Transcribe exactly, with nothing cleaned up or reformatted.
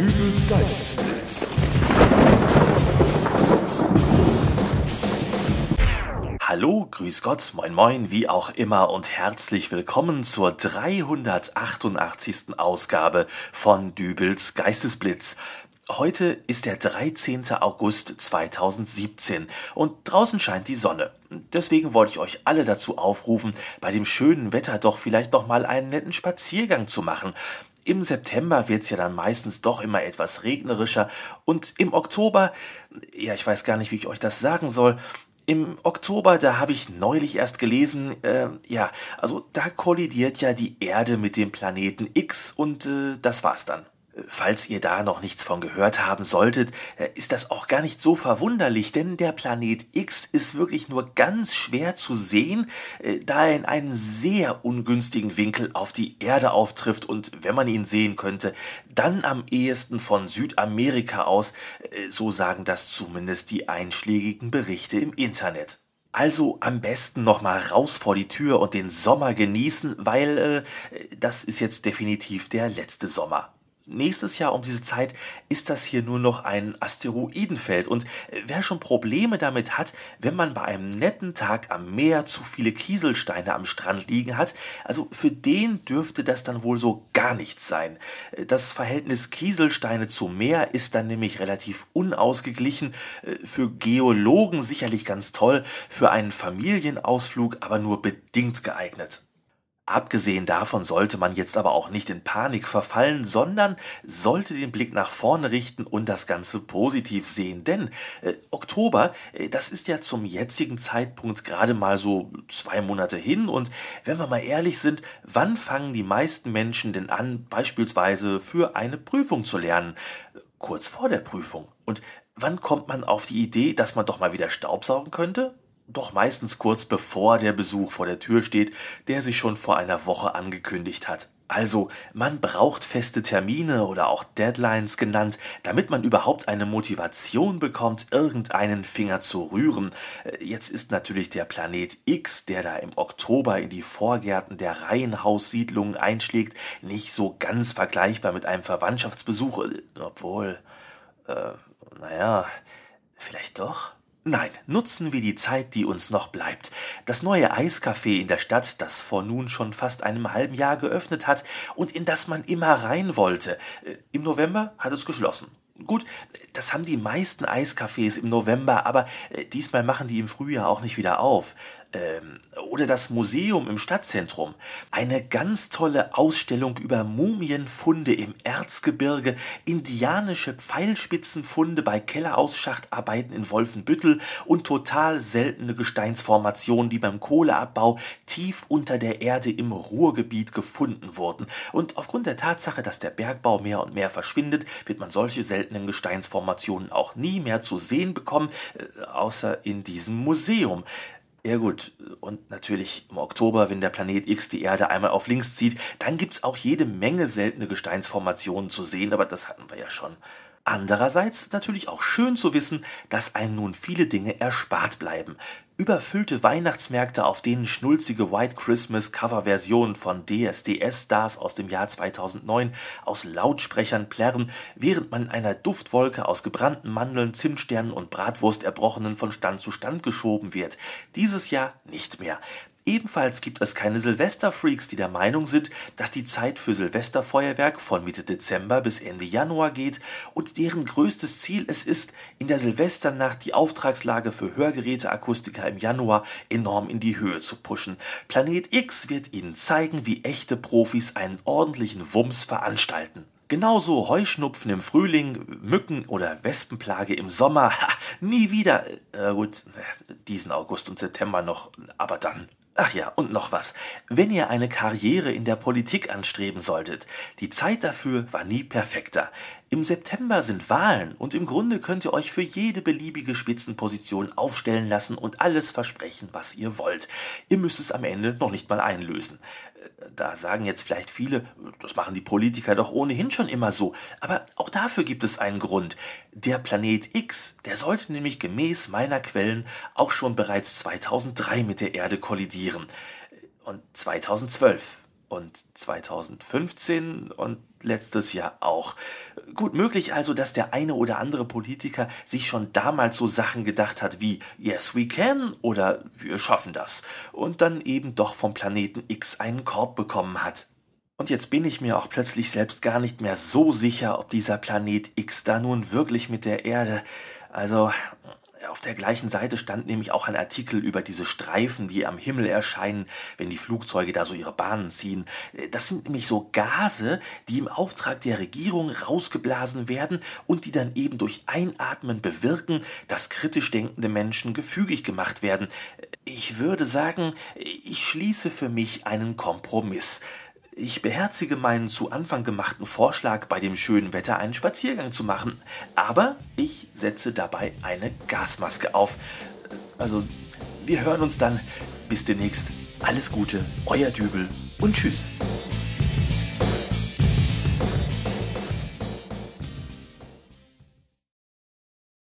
Dübels Geistesblitz. Hallo, grüß Gott, moin moin, wie auch immer und herzlich willkommen zur dreihundertachtundachtzigsten Ausgabe von Dübels Geistesblitz. Heute ist der dreizehnte August zweitausendsiebzehn und draußen scheint die Sonne. Deswegen wollte ich euch alle dazu aufrufen, bei dem schönen Wetter doch vielleicht noch mal einen netten Spaziergang zu machen. Im September wird's ja dann meistens doch immer etwas regnerischer und im Oktober, ja, ich weiß gar nicht, wie ich euch das sagen soll, im Oktober, da habe ich neulich erst gelesen, äh, ja, also da kollidiert ja die Erde mit dem Planeten X und äh, das war's dann. Falls ihr da noch nichts von gehört haben solltet, ist das auch gar nicht so verwunderlich, denn der Planet X ist wirklich nur ganz schwer zu sehen, da er in einem sehr ungünstigen Winkel auf die Erde auftrifft und wenn man ihn sehen könnte, dann am ehesten von Südamerika aus, so sagen das zumindest die einschlägigen Berichte im Internet. Also am besten nochmal raus vor die Tür und den Sommer genießen, weil äh, das ist jetzt definitiv der letzte Sommer. Nächstes Jahr um diese Zeit ist das hier nur noch ein Asteroidenfeld und wer schon Probleme damit hat, wenn man bei einem netten Tag am Meer zu viele Kieselsteine am Strand liegen hat, also für den dürfte das dann wohl so gar nichts sein. Das Verhältnis Kieselsteine zu Meer ist dann nämlich relativ unausgeglichen, für Geologen sicherlich ganz toll, für einen Familienausflug aber nur bedingt geeignet. Abgesehen davon sollte man jetzt aber auch nicht in Panik verfallen, sondern sollte den Blick nach vorne richten und das Ganze positiv sehen. Denn äh, Oktober, äh, das ist ja zum jetzigen Zeitpunkt gerade mal so zwei Monate hin. Und wenn wir mal ehrlich sind, wann fangen die meisten Menschen denn an, beispielsweise für eine Prüfung zu lernen? Kurz vor der Prüfung. Und wann kommt man auf die Idee, dass man doch mal wieder Staubsaugen könnte? Doch meistens kurz bevor der Besuch vor der Tür steht, der sich schon vor einer Woche angekündigt hat. Also, man braucht feste Termine oder auch Deadlines genannt, damit man überhaupt eine Motivation bekommt, irgendeinen Finger zu rühren. Jetzt ist natürlich der Planet X, der da im Oktober in die Vorgärten der Reihenhaussiedlungen einschlägt, nicht so ganz vergleichbar mit einem Verwandtschaftsbesuch, obwohl, äh, naja, vielleicht doch? Nein, nutzen wir die Zeit, die uns noch bleibt. Das neue Eiscafé in der Stadt, das vor nun schon fast einem halben Jahr geöffnet hat und in das man immer rein wollte. Im November hat es geschlossen. Gut, das haben die meisten Eiscafés im November, aber äh, diesmal machen die im Frühjahr auch nicht wieder auf. Ähm, oder das Museum im Stadtzentrum. Eine ganz tolle Ausstellung über Mumienfunde im Erzgebirge, indianische Pfeilspitzenfunde bei Kellerausschachtarbeiten in Wolfenbüttel und total seltene Gesteinsformationen, die beim Kohleabbau tief unter der Erde im Ruhrgebiet gefunden wurden. Und aufgrund der Tatsache, dass der Bergbau mehr und mehr verschwindet, wird man solche seltenen Gesteinsformationen auch nie mehr zu sehen bekommen, äh, außer in diesem Museum. Ja gut, und natürlich im Oktober, wenn der Planet X die Erde einmal auf links zieht, dann gibt's auch jede Menge seltene Gesteinsformationen zu sehen, aber das hatten wir ja schon. Andererseits natürlich auch schön zu wissen, dass einem nun viele Dinge erspart bleiben. Überfüllte Weihnachtsmärkte, auf denen schnulzige White Christmas Coverversionen von D S D S-Stars aus dem Jahr zweitausendneun aus Lautsprechern plärren, während man in einer Duftwolke aus gebrannten Mandeln, Zimtsternen und Bratwurst erbrochenen von Stand zu Stand geschoben wird. Dieses Jahr nicht mehr. Ebenfalls gibt es keine Silvesterfreaks, die der Meinung sind, dass die Zeit für Silvesterfeuerwerk von Mitte Dezember bis Ende Januar geht und deren größtes Ziel es ist, in der Silvesternacht die Auftragslage für Hörgeräteakustiker im Januar enorm in die Höhe zu pushen. Planet X wird ihnen zeigen, wie echte Profis einen ordentlichen Wumms veranstalten. Genauso Heuschnupfen im Frühling, Mücken- oder Wespenplage im Sommer, ha, nie wieder, äh, gut, diesen August und September noch, aber dann. Ach ja, und noch was. Wenn ihr eine Karriere in der Politik anstreben solltet, die Zeit dafür war nie perfekter. Im September sind Wahlen und im Grunde könnt ihr euch für jede beliebige Spitzenposition aufstellen lassen und alles versprechen, was ihr wollt. Ihr müsst es am Ende noch nicht mal einlösen. Da sagen jetzt vielleicht viele, das machen die Politiker doch ohnehin schon immer so. Aber auch dafür gibt es einen Grund. Der Planet X, der sollte nämlich gemäß meiner Quellen auch schon bereits zweitausenddrei mit der Erde kollidieren. Und zweitausendzwölf. und zweitausendfünfzehn und letztes Jahr auch. Gut möglich also, dass der eine oder andere Politiker sich schon damals so Sachen gedacht hat wie Yes, we can oder wir schaffen das und dann eben doch vom Planeten X einen Korb bekommen hat. Und jetzt bin ich mir auch plötzlich selbst gar nicht mehr so sicher, ob dieser Planet X da nun wirklich mit der Erde, also auf der gleichen Seite stand nämlich auch ein Artikel über diese Streifen, die am Himmel erscheinen, wenn die Flugzeuge da so ihre Bahnen ziehen. Das sind nämlich so Gase, die im Auftrag der Regierung rausgeblasen werden und die dann eben durch Einatmen bewirken, dass kritisch denkende Menschen gefügig gemacht werden. Ich würde sagen, ich schließe für mich einen Kompromiss. Ich beherzige meinen zu Anfang gemachten Vorschlag, bei dem schönen Wetter einen Spaziergang zu machen, aber ich setze dabei eine Gasmaske auf. Also, wir hören uns dann. Bis demnächst. Alles Gute, euer Dübel und tschüss.